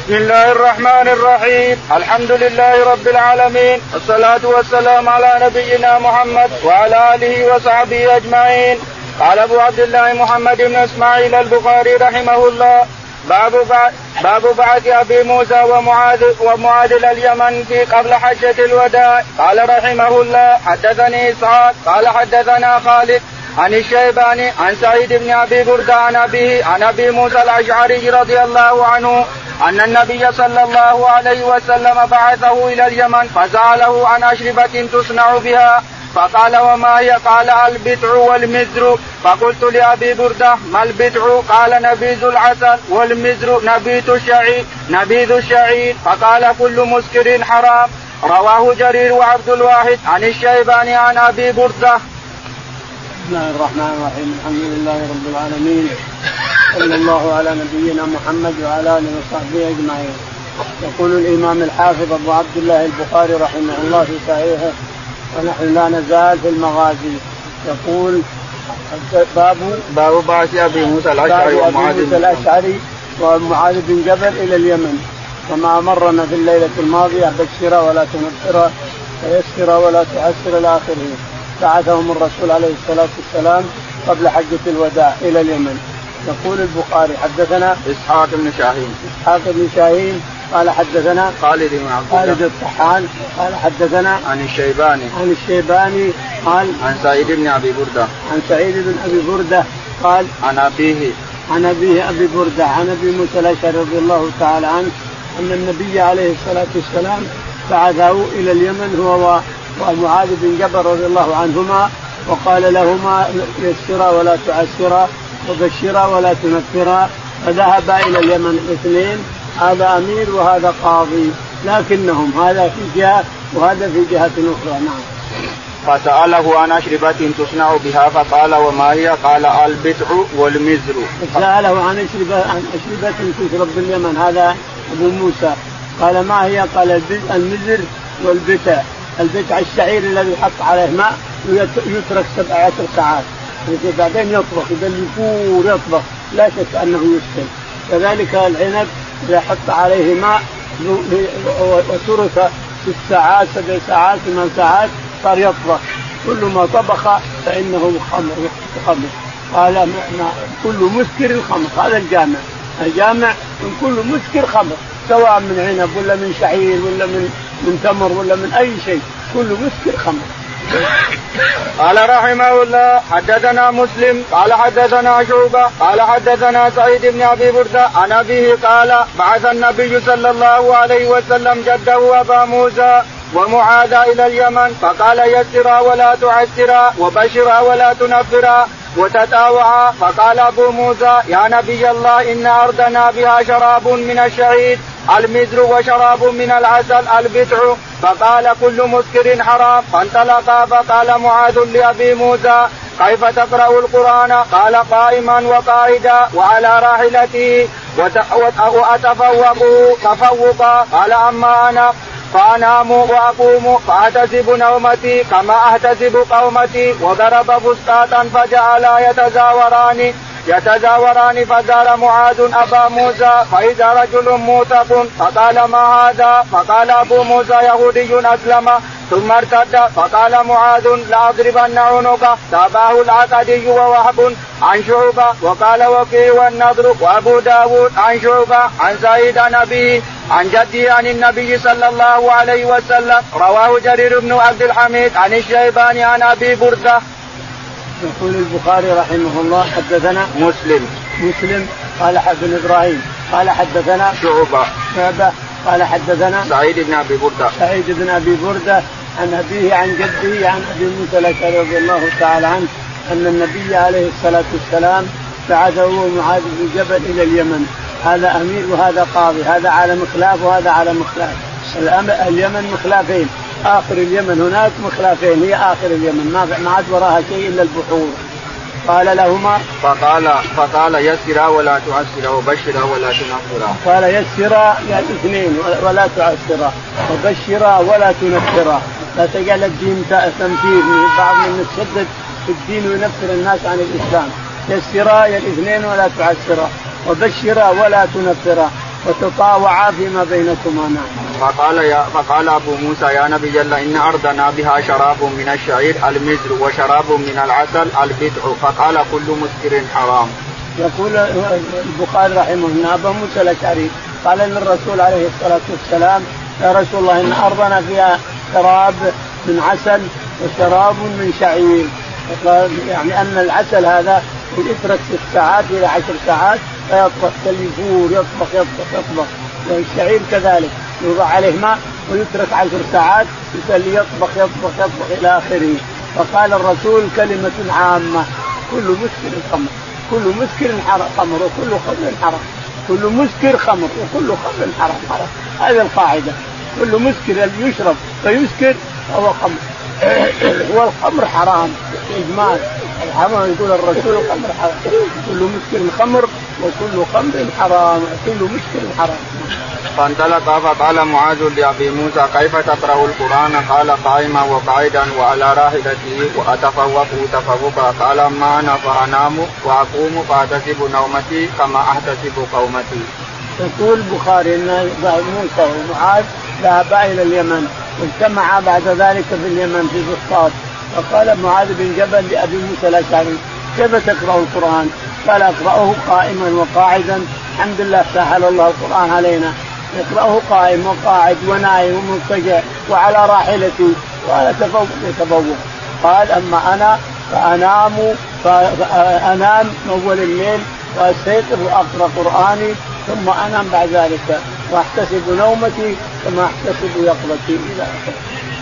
بسم الله الرحمن الرحيم. الحمد لله رب العالمين، والصلاة والسلام على نبينا محمد وعلى آله وصحبه أجمعين. قال أبو عبد الله محمد بن إسماعيل البخاري رحمه الله: باب بعث أبي موسى ومعاذ إلى اليمن في قبل حجة الوداع. قال رحمه الله: حدثني إسحاق قال حدثنا خالد عن الشيباني عن سعيد بن أبي بردة عن أبيه عن أبي موسى الأشعري رضي الله عنه أن النبي صلى الله عليه وسلم بعثه إلى اليمن فسأله عن أشربة تصنع بها فقال: وما هي؟ قال: البتع والمزر. فقلت لأبي بردة: ما البتع؟ قال: نبيذ العسل، والمزر نبيذ الشعير. فقال: كل مسكر حرام. رواه جرير وعبد الواحد عن الشيباني عن أبي بردة. بسم الله الرحمن الرحيم. الحمد لله رب العالمين، صلى الله على نبينا محمد وعلى آله وصحبه أجمعين. يقول الإمام الحافظ أبو عبد الله البخاري رحمه الله في صحيحه، ونحن لا نزال في المغازي. يقول: باب بعث أبي موسى الأشعري ومعاذ بن جبل إلى اليمن، كما مرنا في الليلة الماضية: بشر ولا تنفر، ويسر ولا تعسر إلى آخره. بعثهم الرسول عليه الصلاة والسلام قبل حجة الوداع إلى اليمن. يقول البخاري: حدثنا إسحاق بن شاهين قال حدثنا خالد الطحان قال حدثنا عن الشيباني قال عن سعيد بن أبي بردة قال عن أبيه أبي بردة عن أبي موسى الأشعري رضي الله تعالى عنه أن النبي عليه الصلاة والسلام بعثه إلى اليمن هو ومعاذ بن جبل رضي الله عنهما، وقال لهما: يسرا ولا تعسرا، وبشرا ولا تنفرا. فذهبا إلى اليمن الاثنين، هذا أمير وهذا قاضي، لكنهم هذا في جهة وهذا في جهة أخرى. نعم. فسأله عن أشربة تصنع بها فقال: وما هي؟ قال: البتع والمزر. سأله عن أشربة تشرب باليمن، هذا أبو موسى. قال: ما هي؟ قال: المزر والبتع. البتع الشعير الذي يحط عليه ماء ويترك 7 ساعات، بعدين يطبخ، إذا يفور يطبخ لا شك أنه يسكن. كذلك العنب إذا حط عليه ماء وترك 6 ساعات 7 ساعات 8 ساعات صار يطبخ، كل ما طبخ فإنه خمر. قال: كل مسكر الخمر. هذا الجامع من كل مسكر خمر، سواء من عنب ولا من شعير ولا من تمر ولا من أي شيء، كل مسكر خمر. قال رحمه الله: حدثنا مسلم قال حدثنا شعبة قال حدثنا سعيد بن أبي بردة عن أبيه قال: بعث النبي صلى الله عليه وسلم جده أبا موسى ومعاذ إلى اليمن فقال: يسرا ولا تعسرا، وبشرا ولا تنفرا، وتتاوعا. فقال أبو موسى: يا نبي الله، إن أرضنا بها شراب من الشعير المزر وشراب من العسل البتع. فقال: كل مسكر حرام. فانطلقا. فقال معاذ لأبي موسى: كيف تقرأ القرآن؟ قال: قائما وقاعدا وعلى راحلته وأتفوق تفوقا. قال: أما أنا فأنام وأقوم فأحتسب نومتي كما أحتسب قومتي. وضرب فسطاطا فجعلا يتزاوران فزار معاذ أبا موسى فإذا رجل موثق فقال: ما هذا؟ فقال أبو موسى: يهودي أسلم ثم ارتد. فقال معاذ: لأضربن عنقه. تابعه العقدي ووهب عن شعبة. وقال وكيع والنضر وأبو داود عن شعبة عن سعيد عن أبيه عن جده عن النبي صلى الله عليه وسلم. رواه جرير بن عبد الحميد عن الشيباني عن أبي بردة. يقول البخاري رحمه الله: حدثنا مسلم قال حدثنا إبراهيم قال حدثنا شعبة قال حدثنا سعيد بن أبي بردة عن أبيه عن جده عن أبي موسى الأشعري رضي الله تعالى عنه أن النبي عليه الصلاة والسلام بعثه معاذ بن جبل إلى اليمن. هذا أمير وهذا قاضي، هذا على مخلاف وهذا على مخلاف. اليمن مخلافين، آخر اليمن هناك مخلافين، هي آخر اليمن ما عاد وراها شيء إلا البحور. قال لهما فقال: يسرا ولا تعسرا، وبشرا ولا تنفرا. قال: يسرا يا الاثنين ولا تعسرا، وبشرا ولا تنفرا. لا تجعل الدين تمثيل، بعض من الشدد في الدين وينفر الناس عن الإسلام. يسرا يا الاثنين ولا تعسرا، وبشرا ولا تنفرا. وتطاوعا فيما بينكما. نعم. فقال أبو موسى يا نبي الله إن أرضنا بها شراب من الشعير المزر وشراب من العسل البدع فقال كل مسكر حرام. يقول البخاري رحمه الله أبو موسى الأشعري قال للرسول عليه الصلاة والسلام يا رسول الله إن أرضنا فيها شراب من عسل وشراب من شعير، يعني أن العسل هذا يترك 6 ساعات إلى 10 ساعات فيطبخ كاليفور يطبخ والشعير كذلك يوضع عليه ماء ويترك 10 ساعات يطبخ إلى آخره. فقال الرسول كلمة عامة كل مسكر خمر، كل مسكر خمر وكل خمر حرام، كل مسكر خمر وكل خمر حرام. هذه القاعدة، كل مسكر يشرب فيسكر هو خمر والخمر حرام إجماع. الحرام يقول الرسول الخمر حرام، كل مسكر خمر وكل خمر حرام، كل مسكر حرام. فانطلق فقال معاذ لأبي موسى كيف تقرأ القرآن؟ قال قائما وقاعدا وعلى راحلته وأتفوق تفوقا. قال أما أنا فأنام وأقوم فأحتسب نومتي كما أحتسب قومتي. يقول البخاري أن موسى ومعاذ ذهبا إلى اليمن واجتمعا بعد ذلك في اليمن في بسطاط. فقال معاذ بن جبل لأبي موسى الأشعري كيف تقرأ القرآن؟ قال أقرأه قائما وقاعدا، الحمد لله سهل الله القرآن علينا، يقرأه قائم وقاعد ونائم ومضطجع وعلى راحلتي وأنا تفوق. قال أما أنا فأنام أول الليل وأستيقظ وأقرأ قرآني ثم أنام بعد ذلك وأحتسب نومتي كما أحتسب يقظتي إلى آخره.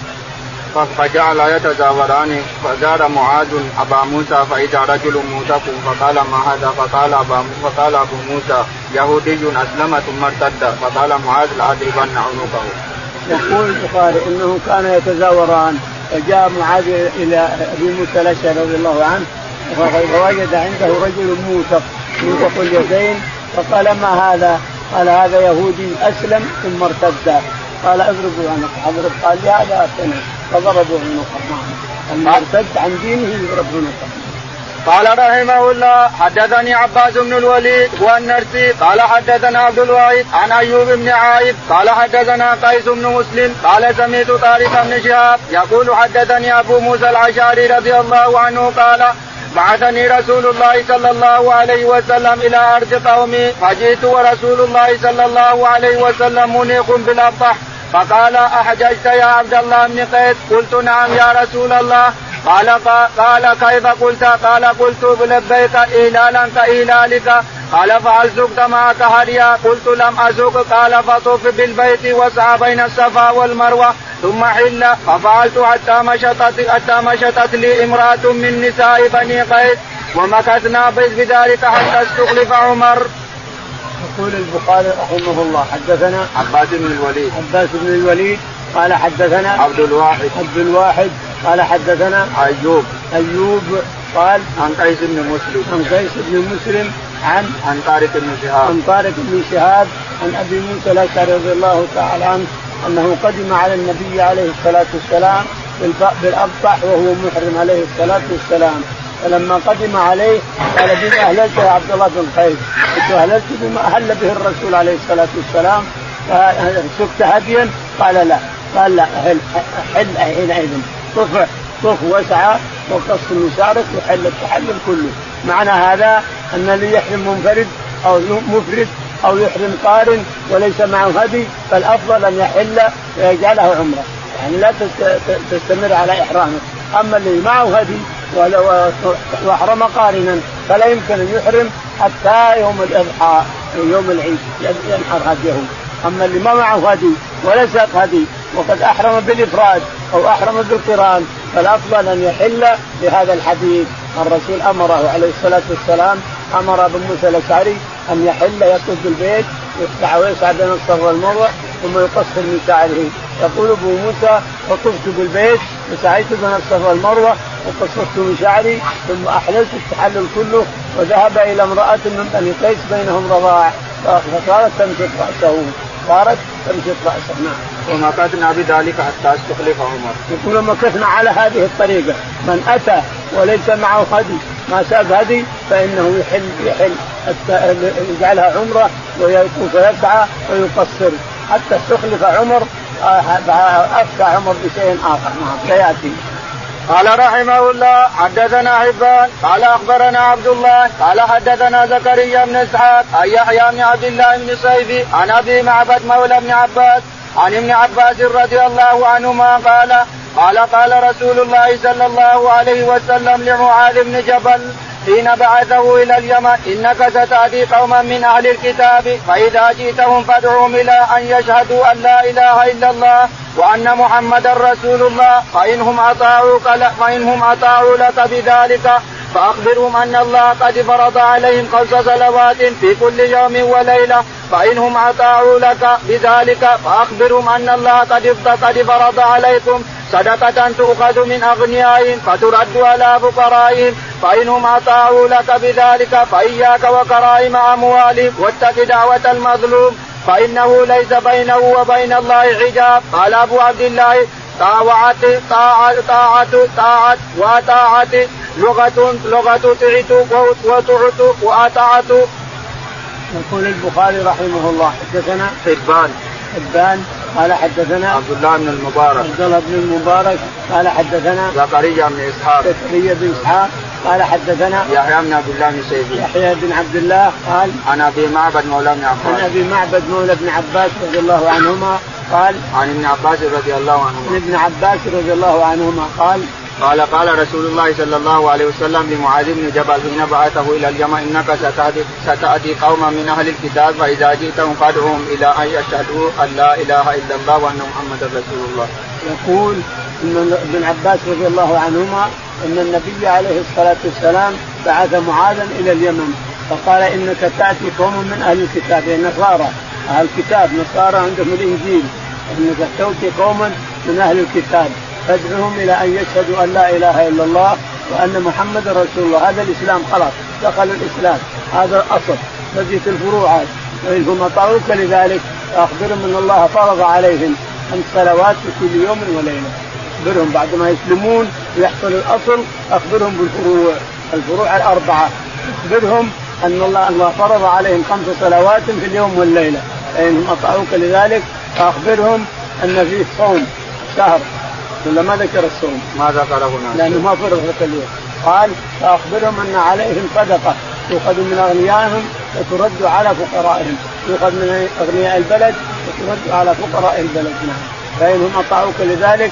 فجعل يتزاوران فزار معاذ أبا موسى فإذا رجل موثق فقال ما هذا؟ فقال أبو موسى يهودي أسلم ثم ارتد. فقال معاذ لأضربن عنقه. يقول البخاري إنه كان يتزاوران فجاء معاذ إلى أبي موسى الأشعري رضي الله عنه فوجد عنده رجل موثق اليدين فقال ما هذا؟ قال هذا يهودي أسلم ثم ارتد. قال اضربوا عنقه. قال هذا أسلم فضربوا عنقه. أما ارتد عن دينه يضرب عنقه. قال رحمه الله حدثني عباس بن الوليد والنرسي قال حدثنا عبد الواحد عن أيوب بن عائب قال حدثنا قيس بن مسلم قال سمعت طارق بن شهاب يقول حدثني أبو موسى الأشعري رضي الله عنه قال بعثني رسول الله صلى الله عليه وسلم إلى أرض قومي فجئت ورسول الله صلى الله عليه وسلم منيق بالأبطح فقال أحججت يا عبد الله بن قيس؟ قلت نعم يا رسول الله. قال كيف قلت؟ قال قلت لبيك إهلالا كإهلالك. قال فهل سقت معك هديا؟ قلت لم أسق. قال فطف بالبيت واسعى بين الصفا والمروة ثم حل. ففعلت حتى مشطت لي امرأة من نساء بني قيس ومكثنا بذلك حتى استخلف عمر. يقول البخاري رحمه الله حدثنا عباس بن الوليد قال حدثنا عبد الواحد قال حدثنا أيوب قال عن قيس بن مسلم عن طارق بن شهاب عن أبي موسى الأشعري رضي الله تعالى عنه أنه قدم على النبي عليه الصلاة والسلام بالأبطح وهو محرم عليه الصلاة والسلام. فلما قدم عليه قال بما أهللت يا عبد الله بن قيس؟ قلت أهللت بما أهل به الرسول عليه الصلاة والسلام. سقت هديا؟ قال لا. قال لا حل حينئذ طف واسعى وقص مشارك وحل التحلل كله. معنى هذا أن اللي يحرم منفرد أو مفرد أو يحرم قارن وليس معه هدي فالأفضل أن يحل ويجعله عمره، يعني لا تستمر على إحرامه. أما اللي معه هدي وأحرم قارنا فلا يمكن أن يحرم حتى يوم الإضحى يوم العيد ينحر هديه. أما اللي ما معه هدي ولا ساق هدي وقد أحرم بالإفراد أو أحرم بالقران فالأفضل أن يحل بهذا الحديث. الرسول أمره عليه الصلاة والسلام أمر أبو موسى الأشعري أن يحل يطوف بالبيت ويسعى بين الصفا والمروة ثم يقصر من شعره. يقول أبو موسى وطفت بالبيت وسعيت بين الصفا والمروة وقصرت من شعري ثم أحللت التحلل كله وذهب إلى امرأة من بني قيس بينهم رضاع فصارت تمسك رأسه. ومكثنا بذلك حتى استخلف عمر. يقول مكثنا على هذه الطريقة. من أتى وليس معه هدي ما ساب هدي فإنه يحل يجعلها عمرة ويطوف ويسعى ويقصر حتى استخلف عمر أفتى عمر بشيء آخر. سيأتي. قال رحمه الله حدثنا حبان قال أخبرنا عبد الله قال حدثنا زكريا بن إسحاق عن يحيى بن عبد الله بن صيفي عن أبي معبد مولى بن عباس عن ابن عباس رضي الله عنهما قال رسول الله صلى الله عليه وسلم لمعاذ بن جبل حين بعثه إلى اليمن إنك ستأتي قوما من أهل الكتاب فإذا جئتهم فادعوهم إلى أن يشهدوا أن لا إله إلا الله وأن محمدا رسول الله فإنهم أطاعوا لك بذلك فأخبرهم أن الله قد فرض عليهم 5 صلوات في كل يوم وليلة فإنهم أطاعوا لك بذلك فأخبرهم أن الله قد فرض عليكم صدقة تؤخذ من أغنيائهم فترد على فقرائهم فإنهم أطاعوا لك بذلك فإياك وكرائم أموالهم واتق دعوة المظلوم فإنه ليس بينه وبين الله حجاب. قال أبو عبد الله طاعة وطاعة لغة تعت وتعت وأطاعت. يقول البخاري رحمه الله حدثنا حبان قال حدثنا عبد الله بن المبارك قال حدثنا زكريا بن إسحاق قال حدثنا يحيى بن عبد الله قال عن أبي معبد مولى بن عباس رضي الله عنهما قال عن ابن عباس رضي الله عنهما قال رسول الله صلى الله عليه وسلم لمعاذ بن جبل حين بعثه إلى اليمن إنك ستأتي قوما من أهل الكتاب فإذا جئتهم فادعوهم إلى أن يشهدوا أن لا إله إلا الله وأن محمدا رسول الله. يقول إن ابن عباس رضي الله عنهما أن النبي عليه الصلاة والسلام بعث معاذا إلى اليمن فقال إنك تأتي قوم من أهل الكتاب النصارى أهل الكتاب نصارى عندهم الإنجيل إنك تأتي قوما من أهل الكتاب فادعوهم إلى أن يشهدوا أن لا إله إلا الله وأن محمد رسول الله. هذا الإسلام خلاص دخل الإسلام هذا الأصل بقية الفروعات وإنهم أطاعوك لذلك فأخبرهم أن الله فرض عليهم 5 صلوات في كل يوم وليلة. أخبرهم بعد ما يسلمون ويحصل الأصل أخبرهم بالفروع 4 أخبرهم أن الله فرض عليهم 5 صلوات في اليوم والليلة فإنهم أطاعوك لذلك فأخبرهم أن فيه صوم شهر ولا ما ذكر الصوم ما ذكره هنا لأنه ما فرض اليوم. قال فأخبرهم أن عليهم صدقة تؤخذ من أغنيائهم وترد على فقرائهم تؤخذ من أغنياء البلد وترد على فقراء البلد. فإنهم أطاعوك لذلك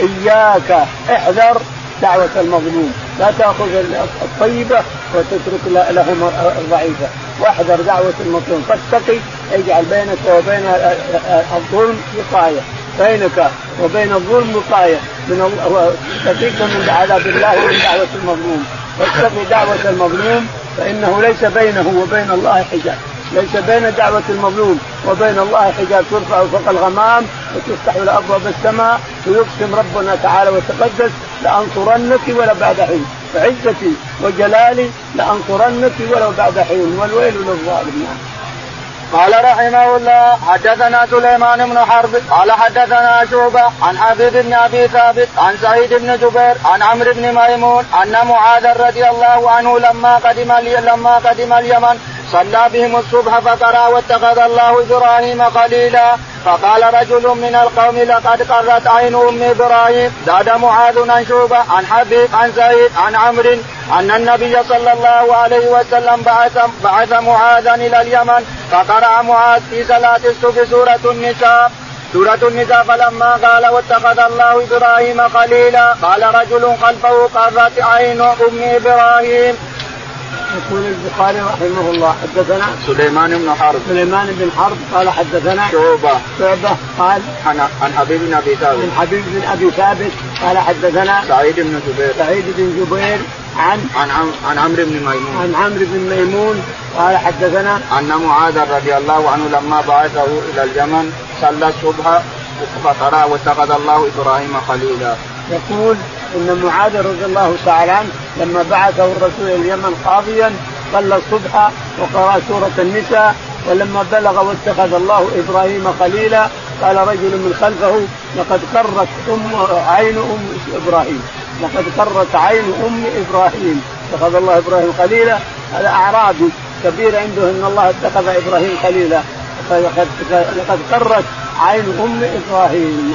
فإياك احذر دعوة المظلوم لا تأخذ الطيبة وتترك لهم الضعيفة واحذر دعوة المظلوم فاتقي اجعل بينك وبين الظلم وقاية بينك وبين الظلم وقاية من الله تقيك من عذاب الله ومن دعوة المظلوم واتقي دعوة المظلوم فإنه ليس بينه وبين الله حجاب ليس بين دعوة المظلوم وبين الله حجاب ترفع فوق الغمام وتفتح له أبواب السماء ويقسم ربنا تعالى وتقدس لأنصرنك ولو بعد حين فعزتي وجلالي لأنصرنك ولو بعد حين والويل للظالمين. قال رحمه الله حدثنا سليمان بن حرب قال حدثنا شعبة عن حبيب بن أبي ثابت عن سعيد بن جبير عن عمرو بن ميمون أن معاذ رضي الله عنه لما قدم اليمن صلى بهم الصبح فقرأ واتخذ الله إبراهيم خليلا فقال رجل من القوم لقد قرت عين أم إبراهيم. زاد معاذ عن شعبة عن حبيب عن سعيد عن عمرو أن النبي صلى الله عليه وسلم بعث معاذا إلى اليمن فقرأ معاذ في صلاة الصبح سورة النساء فلما قال واتخذ الله إبراهيم خليلا قال رجل خلفه قرت عين أم إبراهيم. يقول البخاري رحمه الله حدثنا سليمان بن حرب قال حدثنا شعبة قال عن حبيب بن أبي ثابت قال حدثنا سعيد بن جبير عن عمرو بن ميمون قال حدثنا أن معاذ رضي الله عنه لما بعثه إلى اليمن صلى الصبح فقرأ واتخذ الله إبراهيم خليلا. يقول إن معاذ رضي الله تعالى عنه لما بعثه الرسول إلى اليمن قاضيا صلى الصبح وقرأ سورة النساء ولما بلغ واتخذ الله إبراهيم خليلا قال رجل من خلفه لقد قرت عين أم إبراهيم اتخذ الله إبراهيم خليلا، هذا أعرابي كبير عنده أن الله اتخذ إبراهيم خليلا، لقد قرت عين أم إبراهيم.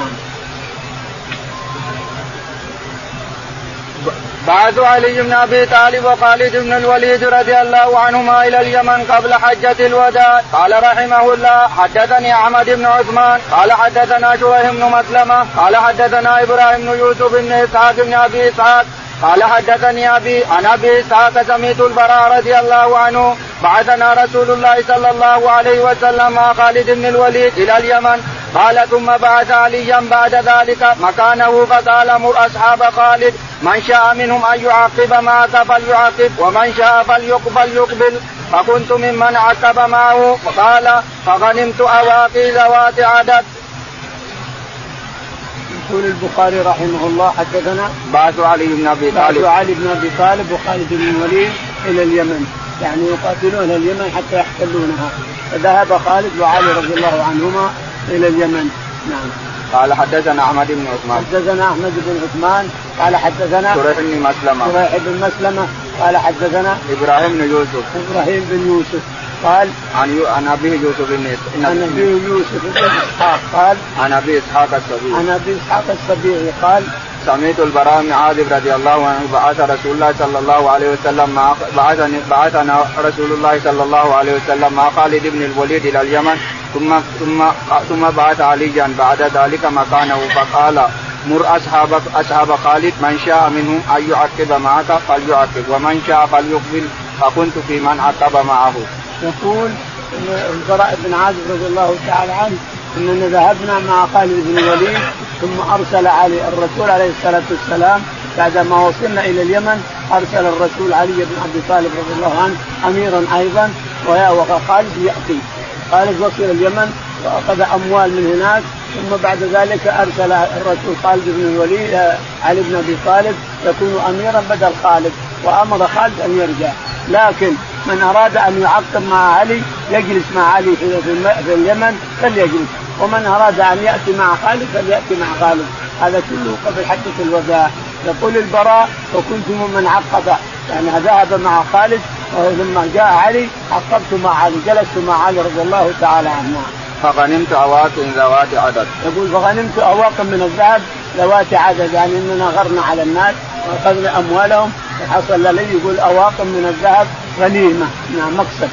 بعث علي بن أبي طالب وخالد بن الوليد رضي الله عنهما إلى اليمن قبل حجة الوداع. قال رحمه الله حدثني أحمد بن عثمان قال حدثنا شريح بن مسلمة قال حدثنا إبراهيم بن يوسف بن إسحاق بن أبي إسحاق قال حدثني أبي عن أبي إسحاق سمعت البراء رضي الله عنه بعثنا رسول الله صلى الله عليه وسلم مع خالد بن الوليد إلى اليمن. قال ثم بعث عليا بعد ذلك مكانه فقال مر أصحاب خالد من شاء منهم أن يعقب معك فليعقب ومن شاء فليقبل. فكنت ممن عقب معه. وقال فغنمت أواقي ذوات عدد. يقول البخاري رحمه الله حدثنا بعث علي بن أبي طالب وخالد بن الوليد إلى اليمن، يعني يقاتلون اليمن حتى يحتلونها، فذهب خالد وعلي رضي الله عنهما إلى اليمن. نعم. قال حدثنا أحمد بن عثمان قال حدثنا شريح بن مسلمة قال حدثنا إبراهيم بن يوسف قال عن أبيه يوسف بن إسحاق قال عن أبي إسحاق السبيعي قال سمعت البراء بن عازب رضي الله عنه بعثنا رسول الله صلى الله عليه وسلم مع خالد بن الوليد إلى اليمن ثم بعث عليا بعد ذلك مكانه فقال مر أصحاب خالد من شاء منهم أن يعقب معك فليعقب ومن شاء فليقبل. فكنت في من عقب معه. يقول البراء بن عازب رضي الله تعالى عنه إننا ذهبنا مع خالد بن الوليد ثم أرسل علي الرسول عليه الصلاة والسلام بعدما وصلنا إلى اليمن أرسل الرسول علي بن أبي طالب رضي الله عنه أميرا أيضا وخالد يأتي. خالد وصل اليمن وأخذ أموال من هناك، ثم بعد ذلك أرسل الرسول خالد بن الوليد علي بن أبي طالب يكون أميرا بدل خالد، وأمر خالد أن يرجع. لكن من أراد أن يعقب مع علي يجلس مع علي في اليمن فليجلس، ومن أراد أن يأتي مع خالد فليأتي مع خالد. هذا كله قبل حجة الوداع. يقول البراء وكنت من عقب، يعني ذهب مع خالد ولما جاء علي عقبت مع علي، جلست مع علي رضي الله تعالى عنه. فغنمت أواق ذوات عدد. يقول فغنمت أواق من الذهب ذوات عدد، يعني إننا غرنا على الناس وأخذنا أموالهم وحصل لي يقول أواق من الذهب غنيمة، نعم مكسب.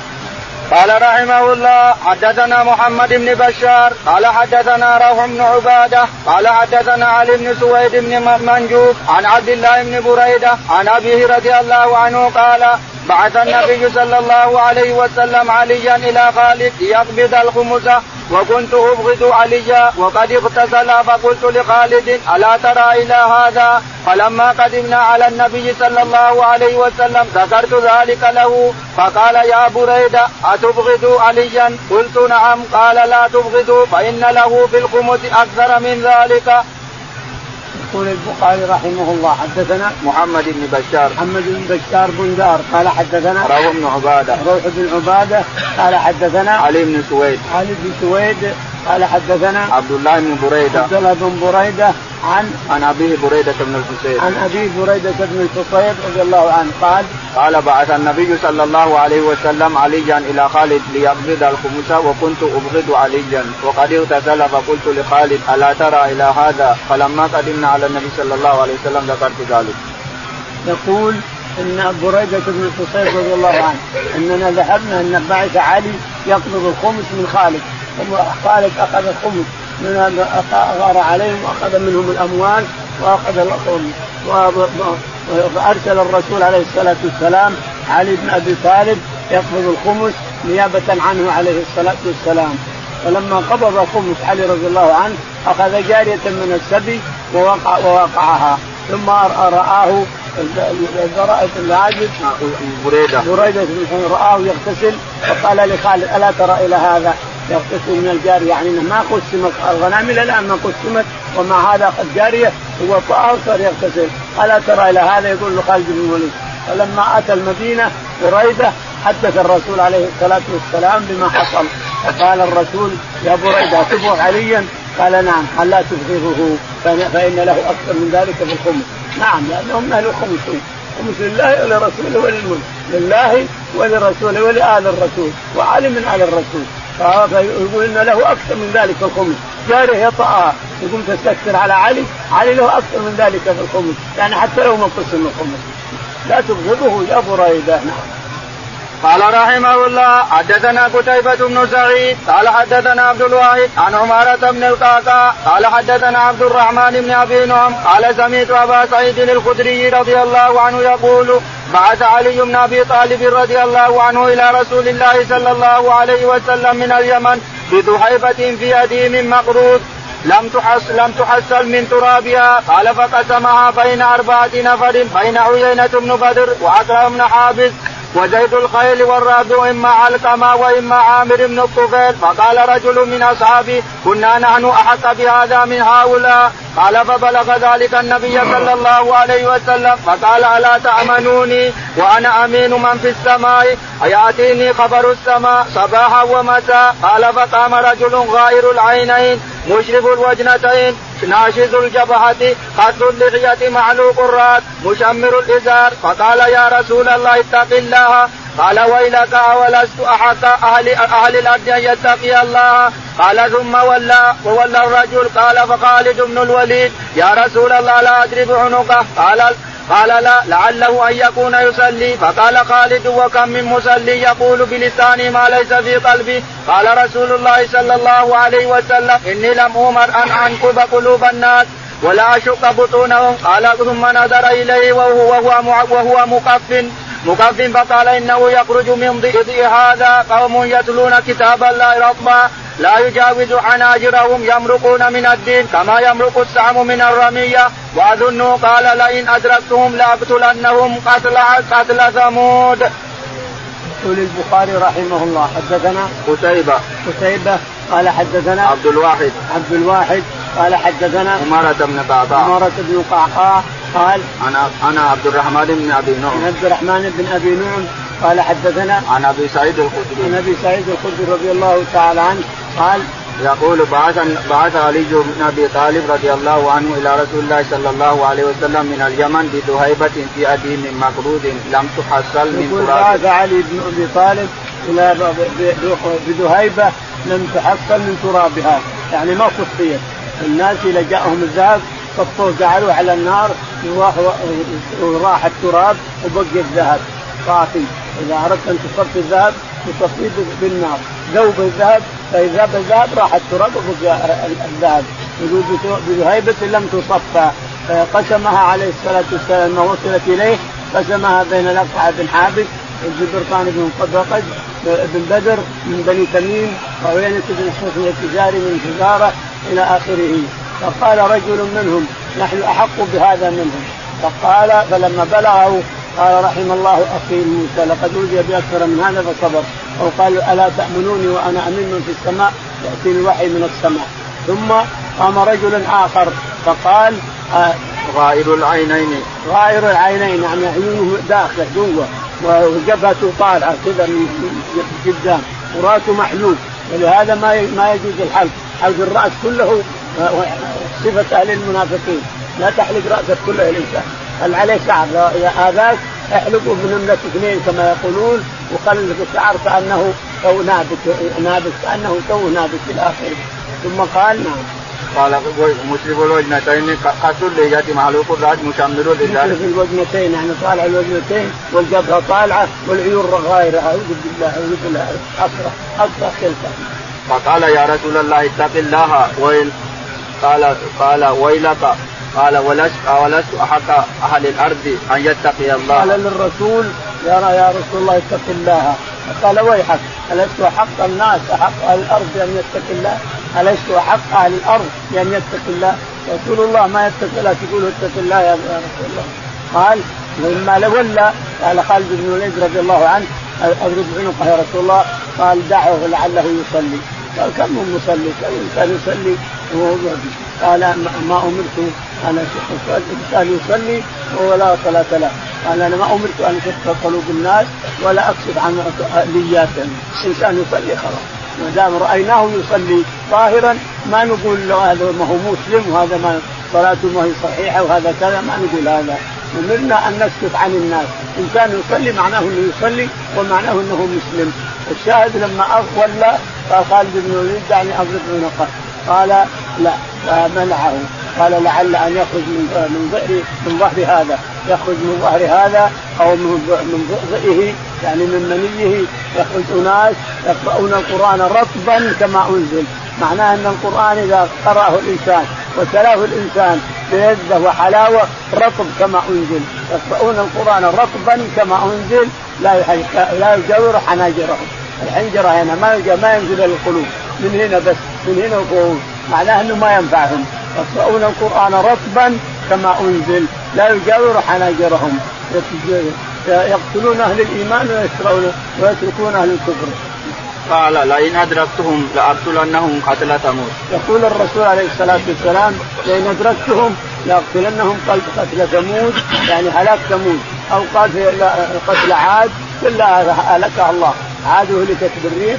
قال رحمه الله حدثنا محمد بن بشار قال حدثنا روح بن عبادة قال حدثنا علي بن سويد بن منجوب عن عبد الله بن بريدة عن أبيه رضي الله عنه قال بعث النبي صلى الله عليه وسلم عليا إلى خالد ليقبض الخمس وكنت أبغض عليا وقد اغتسل فقلت لخالد ألا ترى إلى هذا؟ فلما قدمنا على النبي صلى الله عليه وسلم ذكرت ذلك له فقال يا بريدة أتبغض عليا؟ قلت نعم. قال لا تبغض فإن له في الخمس أكثر من ذلك. يقول البخاري رحمه الله حدثنا محمد بن بشار بندار قال حدثنا روح بن عبادة قال حدثنا علي بن سويد قال حدثنا عبد الله بن بريدة عن أبي بريدة بن الفصيل رضي الله عنه قال بعث النبي صلى الله عليه وسلم عليا إلى خالد ليقبض الخمس وكنت أبغض عليا وقد اغتسل فقلت لخالد ألا ترى إلى هذا؟ فلما قدمنا على النبي صلى الله عليه وسلم ذكرت ذلك. يقول إن بريدة بن الفصيل رضي الله عنه إننا ذهبنا أن بعث علي يقبض الخمس من خالد، خالد أخذ الخمس من أغار عليهم وأخذ منهم الأموال وأخذ الخمس، وأرسل الرسول عليه الصلاة والسلام علي بن أبي طالب يقبض الخمس نيابة عنه عليه الصلاة والسلام. فلما قبض الخمس علي رضي الله عنه أخذ جارية من السبي ووقعها، ثم رآه البراء بن عازب بريدة رآه يغتسل فقال لخالد ألا ترى إلى هذا؟ يغتسل من الجارية، يعني ما قسمت الغنائم الآن ما قسمت ومع هذا قد جارية هو طاهر صار يغتسل، ألا ترى إلى هذا؟ يقول له خالد بن الوليد. فلما أتى المدينة بريدة حدث الرسول عليه الصلاة والسلام بما حصل، فقال الرسول يا بريدة تبغض عليا؟ قال نعم. قال لا تبغضه فإن له أكثر من ذلك في الخمس. نعم لأنهم أهل الخمس خمس لله ولرسوله وللملك، لله ولرسوله ولآل الرسول وعلي من آل الرسول. فيقول إن له أكثر من ذلك في الخمس، جاره يطأها يقوم تستكثر على علي، علي له أكثر من ذلك في الخمس، يعني حتى لو من قسم الخمس لا تبغضه يا بريدة. قال رحمه الله حدثنا قتيبة بن سعيد قال حدثنا عبد الواحد عن عمارة بن القعقاع قال حدثنا عبد الرحمن بن أبي نعم قال سمعت أبا سعيد الخدري رضي الله عنه يقول بعث علي بن أبي طالب رضي الله عنه إلى رسول الله صلى الله عليه وسلم من اليمن بذهيبة في أديم مقروض لم تحصل من ترابها، قال فقسمها بين 4 نفر بين عيينة بن بدر وعكرمة بن حابس وزيد الخيل والرابع إما علقمة وإما عامر بن الطفيل. فقال رجل من أصحابي كنا نحن أحق بهذا من هؤلاء، قال فبلغ ذلك النبي صلى الله عليه وسلم فقال ألا تأمنوني وأنا أمين من في السماء أيأتيني خبر السماء صباحا ومساء. قال فقام رجل غائر العينين مشرف الوجنتين ناشز الجبهة قد اللحية معلوق الرأس مشمر الإزار، فقال يا رسول الله اتق الله. قال ويلك أولست أحق أهل الأرض أن يتقي الله. قال ثم وولى الرجل. قال فخالد بن الوليد يا رسول الله لا أضرب عنقه. قال لا لعله أن يكون يصلي. فقال خالد وكم من مصلي يقول بلسانه ما ليس في قلبه. قال رسول الله صلى الله عليه وسلم إني لم أمر أن أنقض قلوب الناس ولا أشق بطونهم. قال ثم نظر إليه وهو مكف فقال إنه يخرج من ضئ هذا قوم يتلون كتاب الله رطبا لا يجاوز حناجرهم يمرقون من الدين كما يمرق السهم من الرمية وأظنه قال لئن أدركتهم لأقتلنهم قتل ثمود. يقول البخاري رحمه الله حدثنا قتيبة قال حدثنا عبد الواحد قال حدثنا عمارة بن قعقاع قال أنا عبد الرحمن بن أبي نعم قال حدثنا عن أبي سعيد الخدري رضي الله تعالى عنه قال يقول بعث علي بن أبي طالب رضي الله عنه إلى رسول الله صلى الله عليه وسلم من اليمن بذهيبة في أديم مقروض لم تحصل من تراب. بعث علي بن أبي طالب إلى بذهيبة لم تحصل من ترابها، يعني ما خصيت. الناس إذا جاءهم الذهب صفوه جعلوه على النار وراح التراب وبقي الذهب صافي. إذا أردت أن تصفي الذهب تصفيه بالنار ذوب الذهب فإذا الذهب راح التراب وبقي الذهب. بذهيبة لم تصفى قسمها عليه الصلاة والسلام ما وصلت إليه قسمها بين الأقطع بن حابس الزبرقان بن قدقد بن بدر من بني تميم وعيينة بن حصن التجاري من فزارة إلى آخره. فقال رجل منهم نحن أحق بهذا منهم. فقال فلما بلغه قال رحم الله أخي موسى لقد أوذي بأكثر من هذا فصبر. أو قال ألا تأمنوني وأنا أمين من في السماء يأتي الوحي من السماء. ثم قام رجل آخر فقال غائر العينين يعني عيونه داخل جوا وجبهته طالعة كذا من قدام وراسه محلوق، ولهذا ما يجوز الحلق الرأس كله صفة أهل المنافقين لا تحلق رأسك كله الإنسان هل عليه شعر هذاك احلقوا بنملة 2 كما يقولون وخلق الشعر كأنه تو نابت كأنه تو نابت في الآخر. ثم قال قال مشرف الوجنتين قصر اللحية معلوق الرأس مشمر الإزار. مشرف الوجنتين يعني طالع الوجنتين والجبهة طالعة والعيون غائرة. أعوذ بالله أصرخ كلفة. فقال يا رسول الله اتق الله قال ويلك. قال ولست أحق أهل الأرض أن يتقي الله. قال للرسول يا رسول الله اتق الله. قال ويحك ألست أحق الناس أحق أهل الأرض أن يتق الله؟ ألست أحق أهل الأرض أن يتق الله؟ رسول الله ما يتق الله تقول اتق الله يا رسول الله. قال لما لولا قال خالد بن الوليد رضي الله عنه أضرب عنقه يا رسول الله. قال دعه لعله يصلي. قال كم من مصلي كان يصلي قال ما أمرت أنا كان يصلي ولا صلاة له. قال أنا ما أمرت أن أشق قلوب الناس ولا أقصد عن نياتهم. إنسان يصلي خلاص ما دام رأيناه يصلي ظاهرا ما نقول له هذا ما هو مسلم وهذا ما صلاته ما هي صحيحة وهذا كذا ما نقول هذا. أمرنا أن نسكت عن الناس، إن كان يصلي معناه أنه يصلي ومعناه أنه مسلم. الشاهد لما ولى قال خالد بن الوليد دعني أضرب عنقه، قال لا فمنعه، قال لعل أن يخرج من ظهر هذا، يخرج من ظهر هذا أو من ظئه يعني من منيه يخرج أناس يقرؤون القرآن رطبا كما أنزل. معناه أن القرآن إذا قرأه الإنسان وتلاه الإنسان بيده وحلاوة رطب كما أنزل، يقرؤون القرآن رطبا كما أنزل لا يجاور حناجرهم. الحنجرة هنا ما ينزل القلوب، من هنا بس، من هنا القلوب، معناه أنه ما ينفعهم. يقرؤون القرآن رطبا كما أنزل لا يجاور حناجرهم، يقتلون أهل الإيمان ويتركون أهل الكفر. قال لئن أدركتهم لأقتلنهم قتل ثمود. يقول الرسول عليه الصلاة والسلام لئن أدركتهم لأقتلنهم قتل ثمود، يعني هلاك ثمود، أو قتل عاد كلها هلكها الله. عاد هلكت بالريح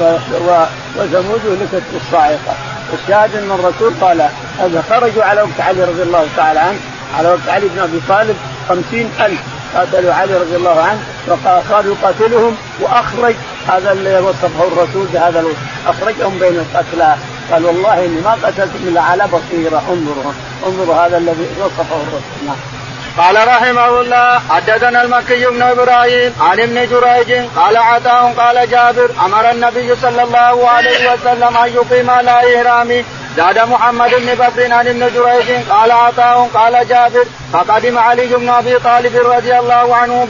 وثمود هلكت بالصاعقة. الشاهد أن الرسول قال هذا خرجوا على وقت علي رضي الله تعالى عنه، على وقت علي بن أبي طالب 50,000 قاتلوا علي رضي الله عنه، وصار يقاتلهم وأخرج هذا اللي وصفه الرسول بهذا الوصف، أخرجهم بين القتلى. قال والله إني ما قتلتم إلا على بصيرة، انظروا هذا الذي وصفه الرسول. قال رحمه الله حدثنا المكي بن إبراهيم عن ابن جريج قال عطاء قال جابر أمر النبي صلى الله عليه وسلم أن يقيم على إحرامه. زاد محمد بن بكر عن ابن جريج قال عطاء قال جابر فقدم علي بن أبي طالب رضي الله عنه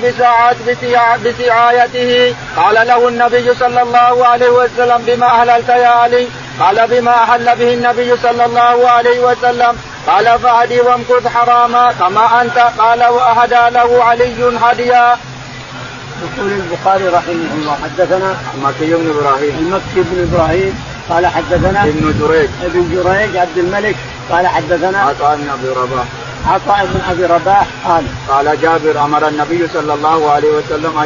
بسعايته، قال له النبي صلى الله عليه وسلم بما أهللت يا علي؟ قال بما أهل به النبي صلى الله عليه وسلم. قال فهدي وامكث حراما كما أنت. قال وأهدى له علي هديا. يقول البخاري رحمه الله حدثنا المكي بن إبراهيم قال حدثنا ابن جريج عبد الملك قال حدثنا عطاء بن أبي رباح قال جابر أمر النبي صلى الله عليه وسلم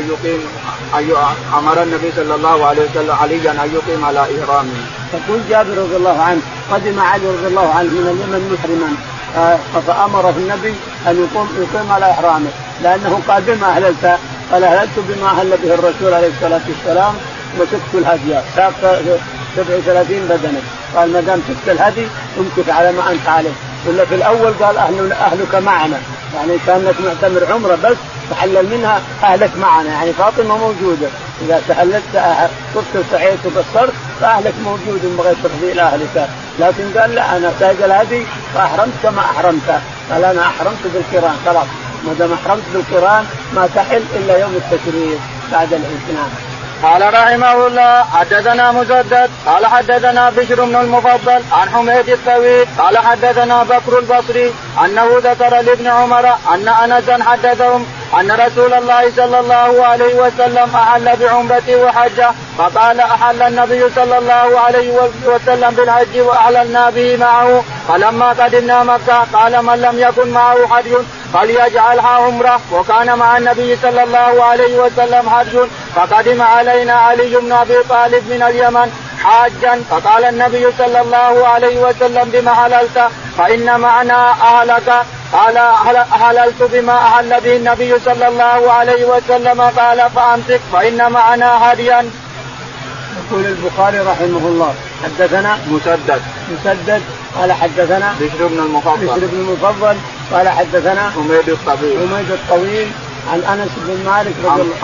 عليا أن يقيم على إحرامه. يقول جابر رضي الله عنه قدم علي رضي الله عنه من اليمن محرما، فأمره النبي أن يقيم على إحرامه، لأنه قال بما أهللت؟ قال أهللت بما أهل به الرسول عليه الصلاة والسلام وسكت الهدي، ساق 37 بدنة. قال ما دام سكت الهدي امكث على ما أنت عليه. ولا في الأول قال أهلك معنا، يعني كأنك معتمر عمره بس تحلل منها أهلك معنا، يعني فاطمة موجودة، إذا تحللت صرت سعيت وقصرت فأهلك موجود وبغيت تقضي إلى أهلك. لكن قال لا أنا ساق الهدي فأحرمت كما أحرمت. قال أنا أحرمت بالقران، خلاص ما دام أحرمت بالقران ما تحل إلا يوم التشريق بعد الإتمام. قال رحمه الله حدثنا مسدد قال حدثنا بشر بن المفضل عن حميد الطويل قال حدثنا بكر البصري أنه ذكر لابن عمر أن أنسا حدثهم أن رسول الله صلى الله عليه وسلم أحل بعمرته وحجه، فقال أحل النبي صلى الله عليه وسلم بالحج وأحللنا به معه. فلما قدمنا مكة قال من لم يكن معه حج فليجعلها عمرة، وكان مع النبي صلى الله عليه وسلم حج، فقدم علينا علي بن أبي طالب من اليمن حاجا، فقال النبي صلى الله عليه وسلم بما حللت؟ فإن معنا أهلك. قال أهللت بما أهل به النبي صلى الله عليه وسلم. قال فأمسك فإن معنا هديا. يقول البخاري رحمه الله حدثنا مسدد قال حدثنا بشر بن المفضل قال حدثنا حميد الطويل عن أنس بن مالك رضي الله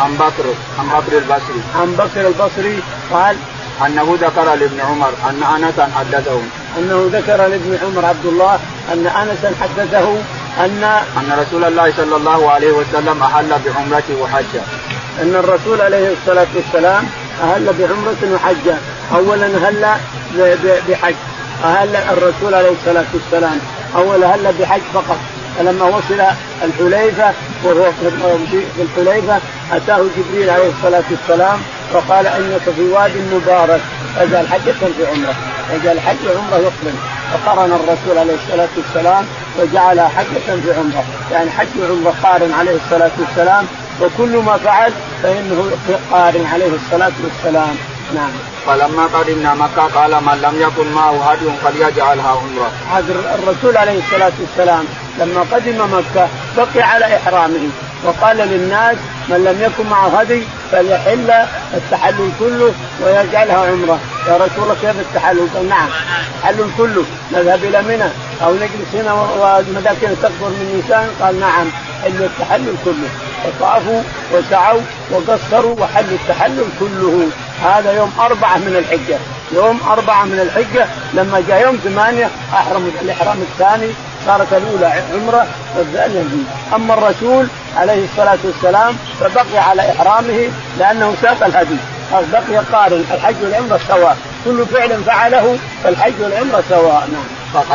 عن بكر البصري قال أنه ذكر لابن عمر أن أنسا حدثه أنه ذكر لابن عمر عبد الله أن أنسا حدثه أن رسول الله صلى الله عليه وسلم أحل بعمرته وحجه. أن الرسول عليه الصلاة والسلام أهل بعمرة وحجه. أولا أهل بحج، أهل الرسول عليه الصلاة والسلام أولا أهل بحج فقط. فلما وصل الحليفة وهو في الحليفة أتاه جبريل عليه الصلاة والسلام وقال إنك في واد مبارك فجعل حجة في عمره، فجعل حج عمره يقبل، فقرن الرسول عليه الصلاة والسلام وجعلها حجة في عمره، يعني حج عمره قارن عليه الصلاة والسلام، وكل ما فعل فإنه قارن عليه الصلاة والسلام. نعم. فلما قدمنا مكة قال من لم يكن معه هدي فليجعلها عمره. الرسول عليه الصلاة والسلام لما قدم مكة بقي على إحرامه، وقال للناس من لم يكن معه هدي فليحل التحلل كله ويجعلها عمرة. يا رسول الله كيف التحلل؟ قال نعم التحلل كله، نذهب إلى منى أو نجلس هنا والمداكن تكبر من نساء؟ قال نعم حل التحلل كله. فطافوا وسعوا وقصروا وحلوا التحلل كله. هذا يوم 4 من الحجة. يوم 4 من الحجة لما جاء يوم 8 أحرم الإحرام الثاني، صارت الأولى عمرة والثانية دي. أما الرسول عليه الصلاة والسلام فبقي على إحرامه لأنه ساق الهدي، بقي قارن الحج والعمرة سواء، كل فعل فعله فالحج والعمرة سواء. نعم.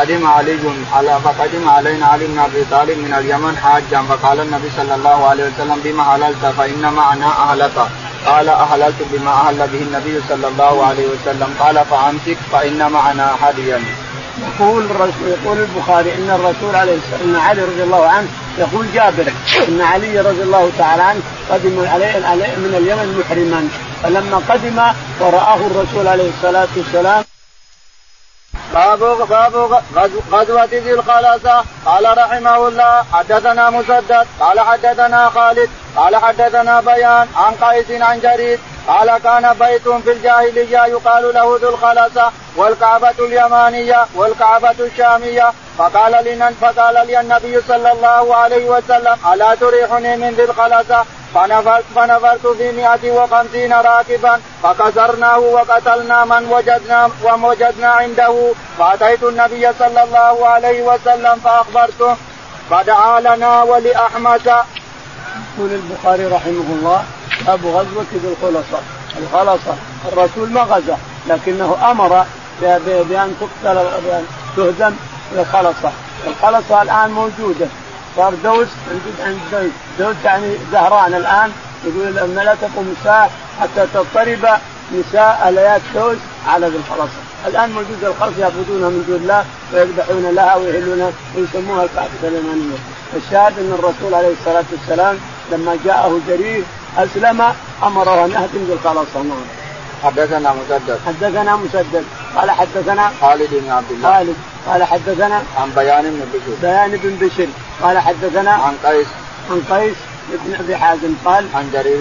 فقدم علينا علي بن أبي طالب من اليمن حاجا، فقال النبي صلى الله عليه وسلم بما أهللت؟ فإن معنا أهلك. قال أهللت بما أهل به النبي صلى الله عليه وسلم. قال فأمسك فإن معنا هديا. يقول البخاري ان الرسول عليه الصلاه والسلام، ان علي رضي الله عنه يقول جابر ان علي رضي الله تعالى عنه قدم عليه من اليمن محرما، فلما قدم ورآه الرسول عليه الصلاه والسلام. باب غزوة ذي الخلاصة. قال رحمه الله حدثنا مسدد قال حدثنا خالد قال حدثنا بيان عن قيس عن جرير قال كان بيت في الجاهلية يقال له ذو الخلاصة والكعبة اليمانية والكعبة الشامية. فقال لي النبي صلى الله عليه وسلم ألا تريحني من ذي الخلاصة؟ فنفرت في 150 راكبا فكسرناه وقتلنا من وجدنا عنده. فأتيت النبي صلى الله عليه وسلم فأخبرته فدعا لنا ولأحمس. يقول البخاري رحمه الله باب غزوة ذي الخلاصة. الرسول ما غزا لكنه أمر بأن تهدم الخلاصة. الخلاصة الآن موجودة، صار دوس عند دوس يعني زهران الآن. يقول أن لا تقوم الساعة حتى تضطرب نساء آليات دوس على ذي الخلاصة. الآن موجودة الخلاصة يعبدونها من دون الله ويذبحون لها ويهلونها ويسموها الكعبة اليمانية. الشاهد أن الرسول عليه الصلاة والسلام لما جاءه جرير أسلم أمره أن يهدم ذي الخلاصة. حدثنا مسدد قال حدثنا خالد بن عبد الله قال حدثنا عن بيان بن بشر قال حدثنا عن قيس بن أبي حازم قال عن جرير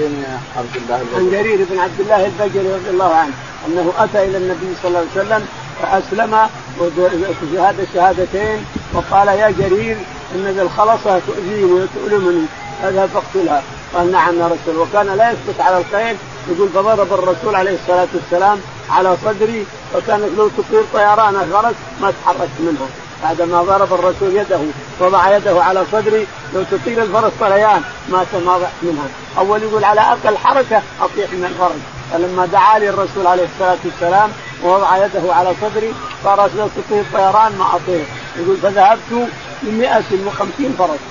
بن عبد الله البجلي رضي الله عنه أنه أتى إلى النبي صلى الله عليه وسلم فأسلم وشهد الشهادتين وقال يا جرير إن ذي الخلاصة تؤذيني وتؤلمني اذهب فاقتلها. قال نعم يا رسول. وكان لا يثبت على الخيل. يقول فضرب الرسول عليه الصلاة والسلام على صدري وكانت لو تطير طيران الفرس ما تحركت منها. بعدما ضرب الرسول يده وضع يده على صدري لو تطير الفرس طريان ما ضحت منها. أول يقول على أقل حركة أطيح من الفرس. فلما دعا لي الرسول عليه الصلاة والسلام ووضع يده على صدري فرس لو تطير طيران ما أطيح. يقول فذهبت ب150 فرس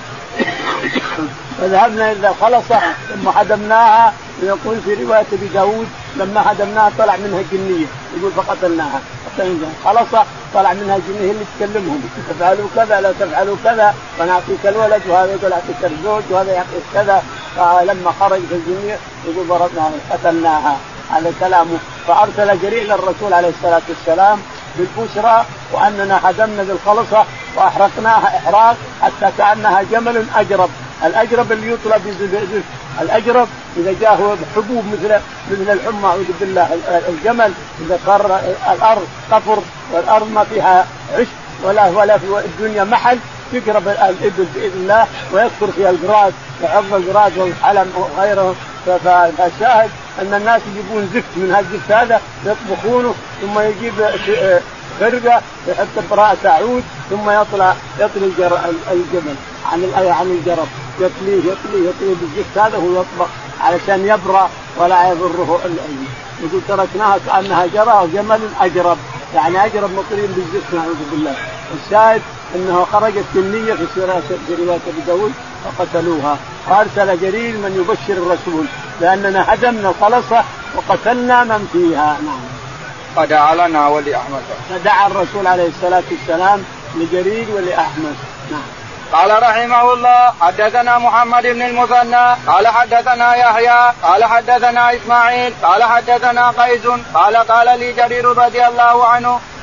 فذهبنا إلى الخلاصة ثم هدمناها. ويقول في رواية أبي داود لما هدمناها طلع منها جنية. يقول فقتلناها. خلاصة طلع منها جنية اللي تكلمهم تفعلوا كذا لا تفعلوا كذا ونعطيك الولد وهذا يقول أعطيك الزوج وهذا يعطيك كذا. فلما خرج الجنية يقول ضربناها قتلناها. هذا كلامه. فأرسل جرير للرسول عليه الصلاة والسلام بالبشرى وأننا هدمنا بالخلصة وأحرقناها إحراق حتى كأنها جمل أجرب. الأجرب اللي يطلب الأجرب إذا جاءه حبوب مثل الحمى أعوذ بالله. الجمل إذا صار الأرض قفر والأرض ما فيها عشب ولا في الدنيا محل يقرب الإبل بإذن الله ويكثر فيها الجراد وحفظ الجراد والحلم وغيره. فالشاهد أن الناس يجيبون زفت من هالزفت هذا يطبخونه ثم يجيب فرقة يحط براءة عود ثم يطلي الجبل عن الجرب يطليه بالزفت هذا ويطبخ علشان يبرأ ولا يضره العين. يقول تركناها كأنها جرى وجمل أجرب يعني أجرب مطلين بالزفت نعوذ بالله. الشاهد أنه خرجت النية في رواية أبي داود فقتلوها. وأرسل جرير من يبشر الرسول لأننا هدمنا الخلاصة وقتلنا من فيها. نعم. فدعا لنا ولأحمد. فدعا الرسول عليه الصلاة والسلام لجرير ولأحمد. نعم. قال رحمه الله حدثنا محمد بن المثنى قال حدثنا يحيى قال حدثنا إسماعيل قال حدثنا قيس قال لي جرير رضي الله عنه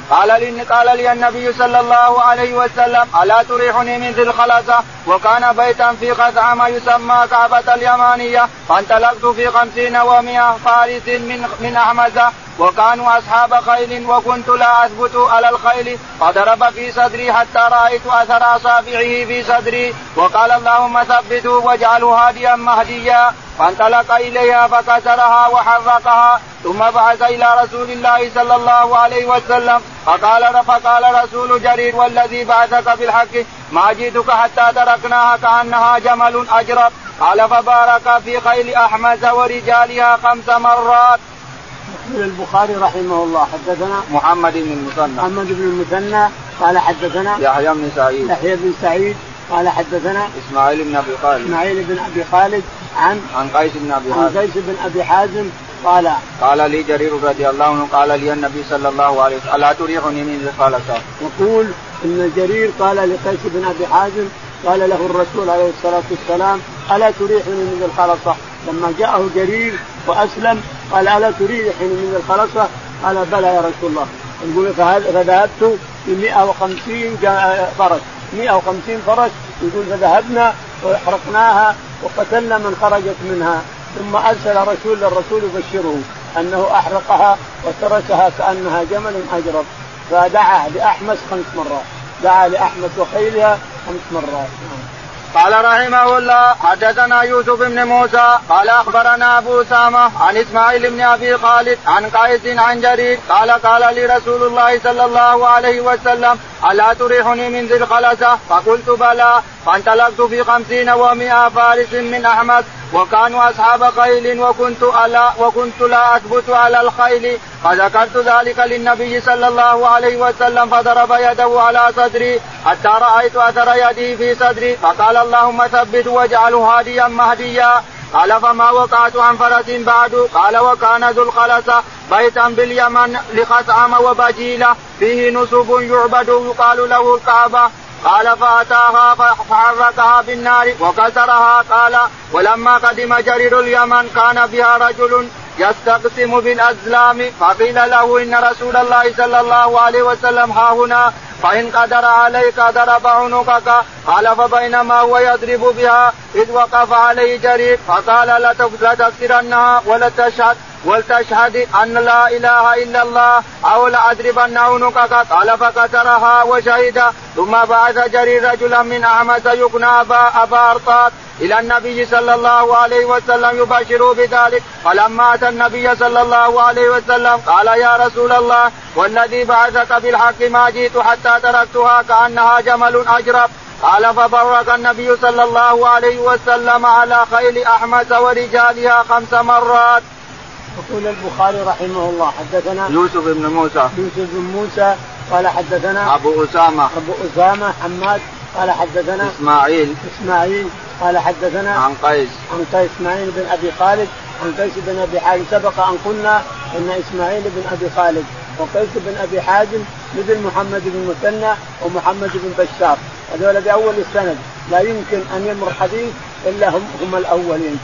قال لي النبي صلى الله عليه وسلم ألا تريحني من ذي الخلصة؟ وكان بيتا في خثعم يسمى كعبة اليمانية. فانطلقت في 50 و100 فارس من أحمزة وكانوا أصحاب خيل وكنت لا أثبت على الخيل فضرب في صدري حتى رأيت أثر أصابعه في صدري وقال اللهم ثبته واجعله هاديا مهديا. فانطلق إليها فكسرها وحرقها ثم بعث إلى رسول الله صلى الله عليه وسلم فقال رسول جرير والذي بعثك بالحق ما جئتك حتى تركناها كأنها جمل أجرب. قال فبارك في خيل أحمز ورجالها 5 مرات. يقول البخاري رحمه الله حدثنا محمد بن المثنى قال حدثنا يحيى بن سعيد قال حدثنا إسماعيل بن أبي خالد عن قيس بن أبي حازم قال لي جرير رضي الله عنه قال لي النبي صلى الله عليه وسلم ألا تريحني من ذي الخلصة؟ يقول إن جرير قال لقيس بن أبي حازم قال له الرسول عليه الصلاة والسلام ألا تريحني من ذي الخلصة؟ لما جاءه جرير وأسلم قال ألا تريحني من ذي الخلصة؟ قال بلى يا رسول الله. يقول فذهبت ب 150 فرس يقول فذهبنا وحرقناها وقتلنا من خرجت منها ثم أرسل الرسول يبشره أنه أحرقها وتركها كأنها جمل أجرب. فدعا لأحمس 5 مرات دعا لأحمس وخيلها 5 مرات. قال رحمه الله حدثنا يوسف بن موسى قال أخبرنا أبو أسامة عن إسماعيل بن أبي خالد عن قيس عن جرير قال لي رسول الله صلى الله عليه وسلم ألا تريحني من ذي الخلصة؟ فقلت بلى. فانطلقت في 50 و100 فارس من أحمد وكانوا أصحاب خيل وكنت لا أثبت على الخيل فذكرت ذلك للنبي صلى الله عليه وسلم فضرب يده على صدري حتى رأيت أثر يدي في صدري فقال اللهم ثبت واجعله هاديا مهديا. قال فما وقعت عن فرس بعد. قال وكان ذو الخلصة بيتا باليمن لخثعم وبجيلة فيه نصب يعبد يقال له الكعبة. قال فأتاها فحركها بالنار وكسرها. قال ولما قدم جرير اليمن كان بها رجل يستقسم بالأزلام فقيل له إن رسول الله صلى الله عليه وسلم ها هنا فإن قدر عليك ضرب عنقك. قال فبينما هو يضرب بها إذ وقف عليه جرير فقال لتكسرنها ولتشهد أن لا إله إلا الله أو لأضربن عنقك. قال فكسرها وشهد. ثم بعث جرير رجلا من أحمد يكنى أبا أرطاد إلى النبي صلى الله عليه وسلم يبشر بذلك. فلما أتى النبي صلى الله عليه وسلم قال يا رسول الله والذي بعثك بالحق ما جئت حتى تركتها كأنها جمل أجرب. قال فبرك النبي صلى الله عليه وسلم على خيل أحمس ورجالها 5 مرات. يقول البخاري رحمه الله حدثنا يوسف بن موسى قال حدثنا أبو أسامة حماد قال حدثنا إسماعيل قال حدثنا عن قيس إسماعيل بن أبي خالد عن قيس بن أبي حازم. سبق أن قلنا أن إسماعيل بن أبي خالد وقيس بن أبي حازم مثل محمد بن مثنى ومحمد بن بشار هذول بأول السند لا يمكن أن يمر حديث إلا هم الأولين.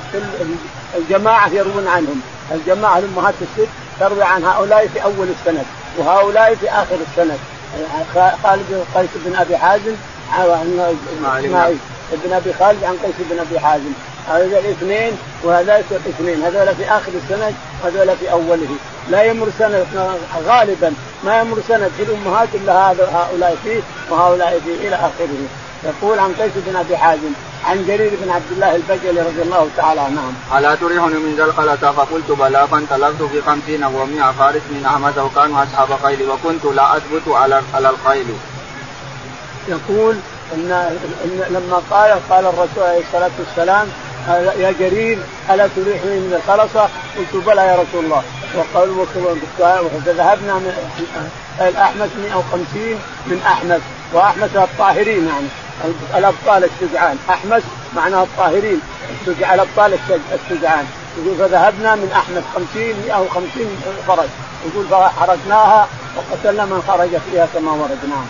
الجماعة يروون عنهم الجماعة الأمهات الست تروي عن هؤلاء في أول السند وهؤلاء في آخر السند. خالد قيس بن أبي حازم عن إسماعيل بن أبي خالد عن قيس بن أبي حازم هذول الاثنين وهذول الاثنين هذول في آخر السند وهذول في أوله. لا يمر سند غالبا ما يمر سند في الأمهات إلا هؤلاء فيه وهؤلاء فيه إلى آخره. يقول عن قيس بن أبي حازم عن جرير بن عبد الله البجلي رضي الله تعالى عنه ألا تريحني من ذي الخلصة؟ فقلت بلى. فانطلقت في 50 و100 فارس من أحمد وكانوا أصحاب خيل وكنت لا أثبت على الخيل. يقول إن لما قال الرسول عليه الصلاة والسلام يا جرير ألا تريحني من الخلصة؟ قلت بلى يا رسول الله. وذهبنا من الأحمس 150 من أحمس وأحمس الطاهرين يعني الأبطال الشجعان. أحمس معناه الطاهرين الأبطال الشجعان. يقول فذهبنا من أحمس 150 فرس يقول فحرقناها وقتلنا من خرج فيها كما وردنا.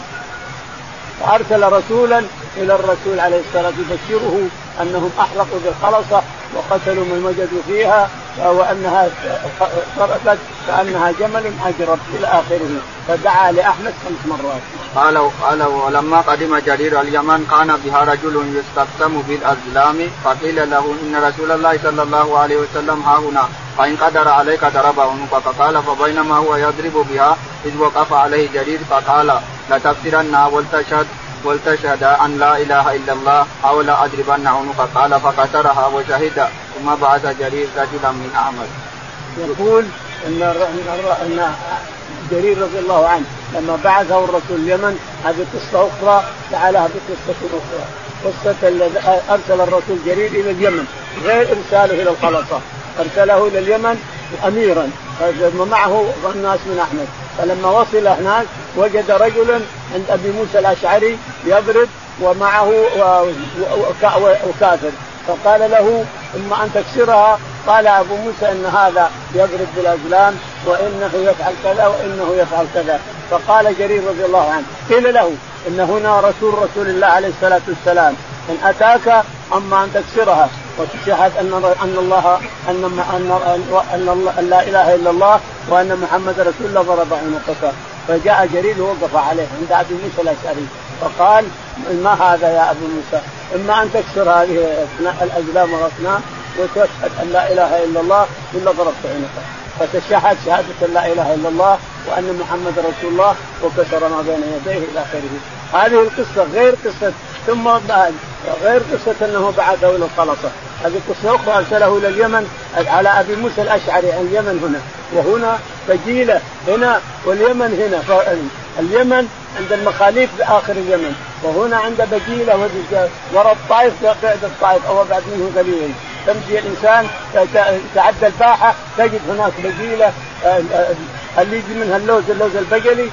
فأرسل رسولا إلى الرسول عليه الصلاة والسلام يبشره أنهم أحرقوا بالخلصة وقتلوا من وجدوا فيها وأنها صرفت كأنها جمل أجرب إلى آخره. فدعا لأحمد 5 مرات. قال ولما قدم جرير اليمن كان بها رجل يستقسم بالأزلام فقيل له إن رسول الله صلى الله عليه وسلم ها هنا فإن قدر عليك ضرب عنقك. فقال فبينما هو يضرب بها إذ وقف عليه جرير فقال لتكسرنها ولتشهد أن لا إله إلا الله أو لا أضربن عنقك. قال فكسرها وشهد ثم بعث جرير رجلا من أحمد. يقول أن جرير رضي الله عنه لما بعثه الرسول اليمن، هذه قصة أخرى تعالها بقصة أخرى، قصة أرسل الرسول جرير إلى اليمن غير إرساله إلى الخلصة، أرسله إلى اليمن أميرا ومعه الناس من أحمد. فلما وصل هناك وجد رجلا عند أبي موسى الأشعري يضرب ومعه وكافر، فقال له إما أن تكسرها. قال أبو موسى إن هذا يضرب بالأزلام وإنه يفعل كذا وإنه يفعل كذا. فقال جرير رضي الله عنه قيل له إن هنا رسول الله عليه الصلاة والسلام إن أتاك أما أن تكسرها وتشهد أن لا إله إلا الله وأن محمد رسول الله ضرب عنقك. فجاء جرير ووقف عليه عند أبي موسى الأشعري فقال ما هذا يا أبو موسى، إما أن تكسر هذه الأزلام والأصنام وتشهد أن لا إله إلا الله ولا ضربت عنقك. فتشهد شهادة لا إله إلا الله وأن محمد رسول الله وكسر ما بين يديه إلى آخره. هذه القصة غير قصة ثم غير قصة أنه بعثه إلى الخلصة. هذه قصة أخرى أرسله إلى اليمن على أبي موسى الأشعري عن اليمن هنا وهنا فجيلة هنا واليمن هنا. اليمن عند المخاليف بآخر اليمن وهنا عند بجيلة وراء الطائف قاعدة الطائف أو بعد منه قليل. تمشي الإنسان تعدى الباحة تجد هناك بجيلة اللي يجي منها اللوز البجلي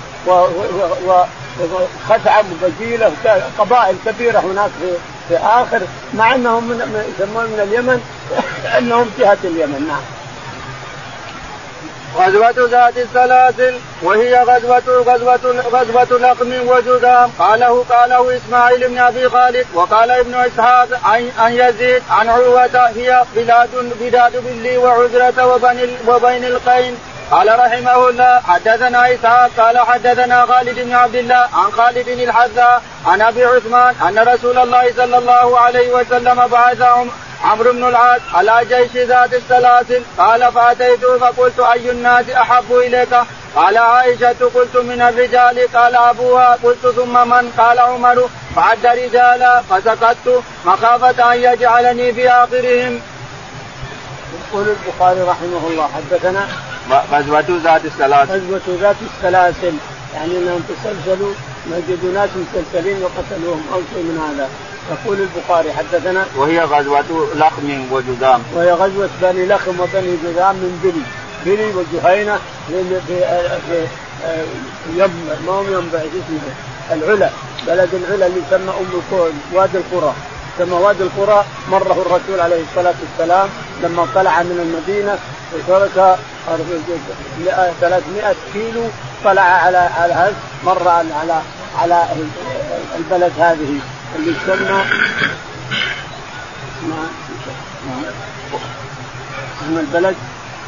وخثعم وبجيلة قبائل كبيرة هناك في آخر مع أنهم يسمون من اليمن أنهم جهة اليمن. نعم. غزوة ذات السلاسل وهي غزوة لقم وجذام. قاله إسماعيل بن أبي خالد وقال ابن إسحاق عن يزيد عن عروة هي بلاد بلي وعذرة وبين القين. قال رحمه الله حدثنا إسحاق قال حدثنا خالد بن عبد الله عن خالد الحذاء عن أبي عثمان أن رسول الله صلى الله عليه وسلم بعث عمرو بن العاص على جيش ذات السلاسل. قال فأتيته فقلت أي الناس أحب إليك؟ قال عائشة. قلت من الرجال. قال أبوها. قلت ثم من؟ قال عمر. فعد رجالا فسكت مخافة أن يجعلني في آخرهم. يقول البخاري رحمه الله حدثنا غزوة ذات السلاسل يعني أنهم تسلسلوا نجد ناس مسلسلين وقتلوهم أو شيء من هذا. يقول البخاري حدثنا وهي غزوة لخم وجذام وهي غزوة بني لخم وبني جذام من بلي وجهينة في ينبع اسمه العلا بلد العلا اللي يسمى وادي القرى. ثم وادي القرى مره الرسول عليه الصلاة والسلام لما طلع من المدينة وترك 300 كيلو طلع على مر على البلد هذه اللي تسمى اسم البلد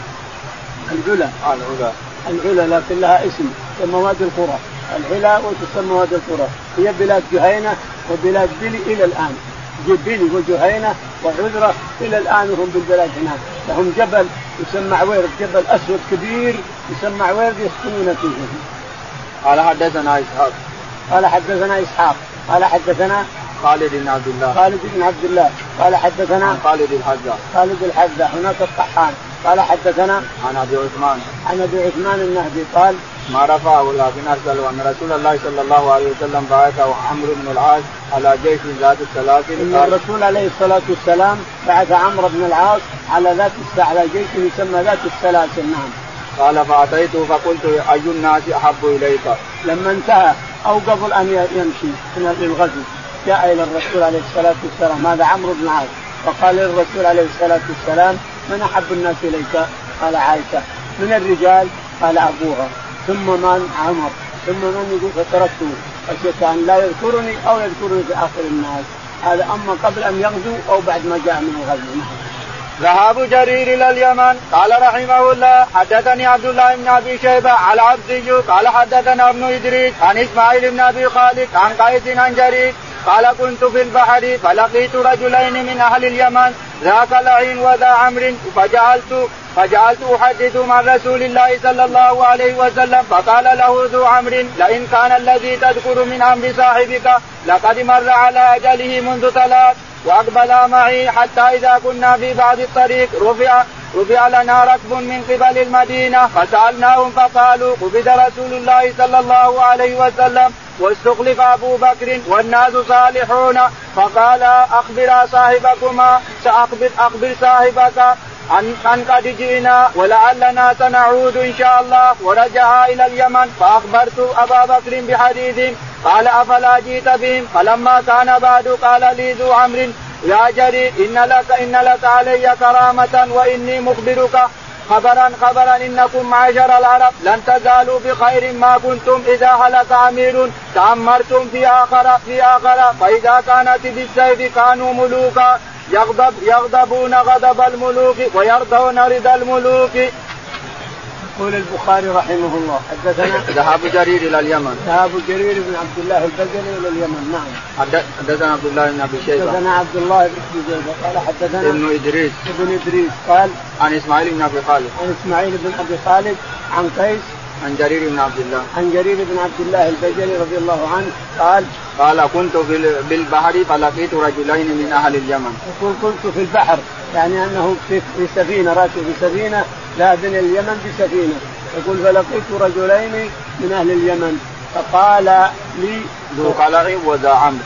العلا لكن لها اسم تسمى وادي القرى. العلا وتسمى وادي القرى هي بلاد جهينة وبلاد بلي إلى الآن. بلي وجهينة وعذرة إلى الآن وهم بالبلاد هناك. لهم جبل يسمى عويرد جبل أسود كبير يسمى عويرد يسكنون فيه. قال حدثنا إسحاق قال حدثنا خالد بن عبد الله قال حدثنا خالد الحذاء هناك الطحان قال حدثنا عن أبي عثمان النهدي قال ما رفعه لكن أرسله أن رسول الله صلى الله عليه وسلم بعثه عمرو بن العاص على جيش ذات السلاسل. إن الرسول عليه الصلاة والسلام بعث عمرو بن العاص على جيش يسمى ذات السلاسل. نعم. قال فأتيته فقلت أي الناس أحب إليك؟ لما انتهى أو قبل أن يمشي من الغزو جاء إلى الرسول عليه الصلاة والسلام هذا عمرو بن العاص فقال للرسول عليه الصلاة والسلام من أحب الناس إليك؟ قال عائشة. من الرجال؟ قال أبوها. ثم من؟ عمر. ثم من؟ يقول فتركته خشيت أن لا يذكرني أو يذكرني في آخر الناس. هذا أما قبل أن يغزو أو بعد ما جاء من الغزو. ذهاب جرير إلى اليمن. قال رحمه الله حدثني عبد الله بن أبي شيبة على عبدي قال حدثنا ابن إدريس عن إسماعيل بن أبي خالد عن قيس عن جرير قال كنت في البحر فلقيت رجلين من أهل اليمن ذاك لعين وذا عمرو فجعلت أحدثهم عن رسول الله صلى الله عليه وسلم فقال له ذو عمرو لئن كان الذي تذكر من أمر صاحبك لقد مر على أجله منذ 3 وأقبلا معي حتى إذا كنا في بعض الطريق رفع لنا ركب من قبل المدينة فسألناهم فقالوا قبض رسول الله صلى الله عليه وسلم واستخلف أبو بكر والناس صالحون فقال أخبر صاحبكما أخبر صاحبك عن قد جئنا ولعلنا سنعود إن شاء الله. ورجع إلى اليمن فأخبرت أبا بكر بحديث قال أفلا جئت بهم. فلما كان بعد قال لي ذو عمرو يا جرير إن لك علي كرامة وإني مخبرك خبرا إنكم معشر العرب لن تزالوا بخير ما كنتم إذا هلك أمير تأمرتم في آخر فإذا كانت بالسيف كانوا ملوكا يغضبون غضب الملوك ويرضون رضا الملوك. يقول البخاري رحمه الله حدثنا ذهاب جرير إلى اليمن. ذهاب جرير بن عبد الله البجلي إلى اليمن. نعم. حدثنا عبد الله بن أبي شيبة. حدثنا عبد الله بن أبي شيبة قال حدثنا ابن إدريس قال عن إسماعيل بن أبي خالد. عن إسماعيل بن أبي خالد عن قيس عن جرير بن عبد الله. عن جرير بن عبد الله البجلي رضي الله عنه قال كنت بالبحر فلقيت رجلين من أهل اليمن. يقول كنت في البحر يعني أنه في سفينة راكب في سفينة ذهب إلى اليمن بسفينة. يقول فلقيت رجلين من أهل اليمن فقال لي ذو كلاع وذا عمرو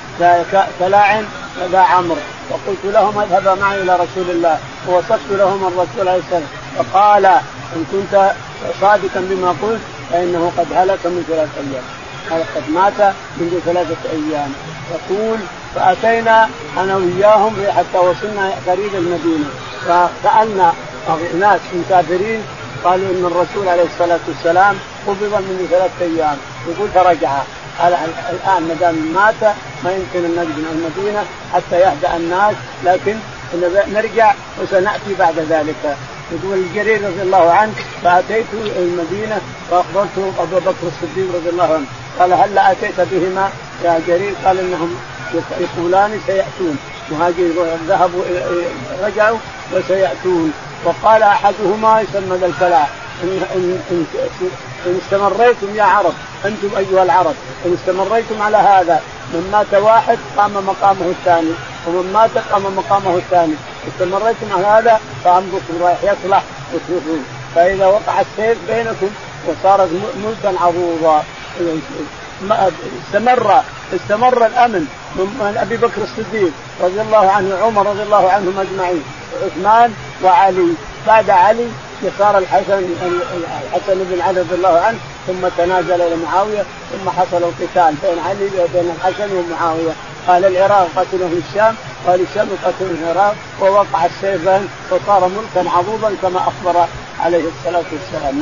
كلاع وذا عمرو فقلت لهم اذهبا معي إلى رسول الله ووصفت لهم الرسول عليه السلام فقال إن كنت صادقا بما قلت فإنه قد هلك من 3 أيام قد مات منذ 3 أيام. يقول فأتينا أنا وياهم حتى وصلنا قريب المدينة فسألنا ناس مسافرين قالوا إن الرسول عليه الصلاة والسلام قبض منذ 3 أيام. يقول فرجع الآن مدام مات ما يمكن أن نرجع المدينة حتى يهدأ الناس لكن نرجع وسنأتي بعد ذلك. يقول الجرير رضي الله عنه فأتيت المدينة فأخبرته أبو بكر الصديق رضي الله عنه قال هل أتيت بهما يا جرير؟ قال إنهم يقولان سيأتون مهاجرين ذهبوا رجعوا وسيأتون. وقال أحدهما يسمى ذا الكلاع إن استمريتم يا عرب أنتم أيها العرب إن استمريتم على هذا من مات واحد قام مقامه الثاني ومن مات قام مقامه الثاني استمريتم على هذا فأمركم رايح يصلح وتروحون. فإذا وقع السيف بينكم وصارت ملكا عظوظا استمر الأمن من أبي بكر الصديق رضي الله عنه عمر رضي الله عنهم أجمعين عثمان وعلي بعد علي صار الحسن بن علي رضي الله عنه ثم تنازل إلى معاوية ثم حصل القتال بين علي وبين الحسن ومعاوية. قال العراق قتلهم الشام قال الشام قتلهم العراق ووقع السيفان وصار ملكا عظوظا كما أخبر عليه الصلاة والسلام.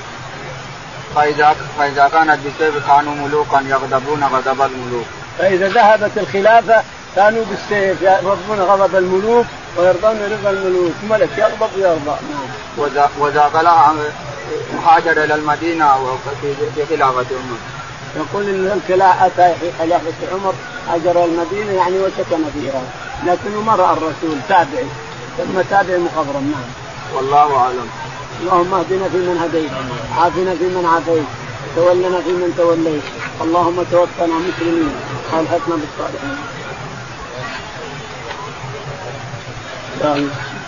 فإذا كانت بالسيف كانوا ملوكا يغضبون غضب الملوك. فإذا ذهبت الخلافة كانوا بالسيف يغضبون غضب الملوك ويرضون رضا الملوك. ملك يغضب ويرضى. وذا كلاع هاجر إلى المدينة في خلافة عمر. يقول إن الكلاع أتى في خلافة عمر هاجر المدينة يعني وسكن فيها لكنه ما رأى الرسول تابعي ثم تابعي مخضرم. نعم. والله أعلم. اللهم اهدنا فيمن هديت عافنا فيمن عافيت تولنا فيمن توليت اللهم توفنا مسلمين والحقنا بالصالحين.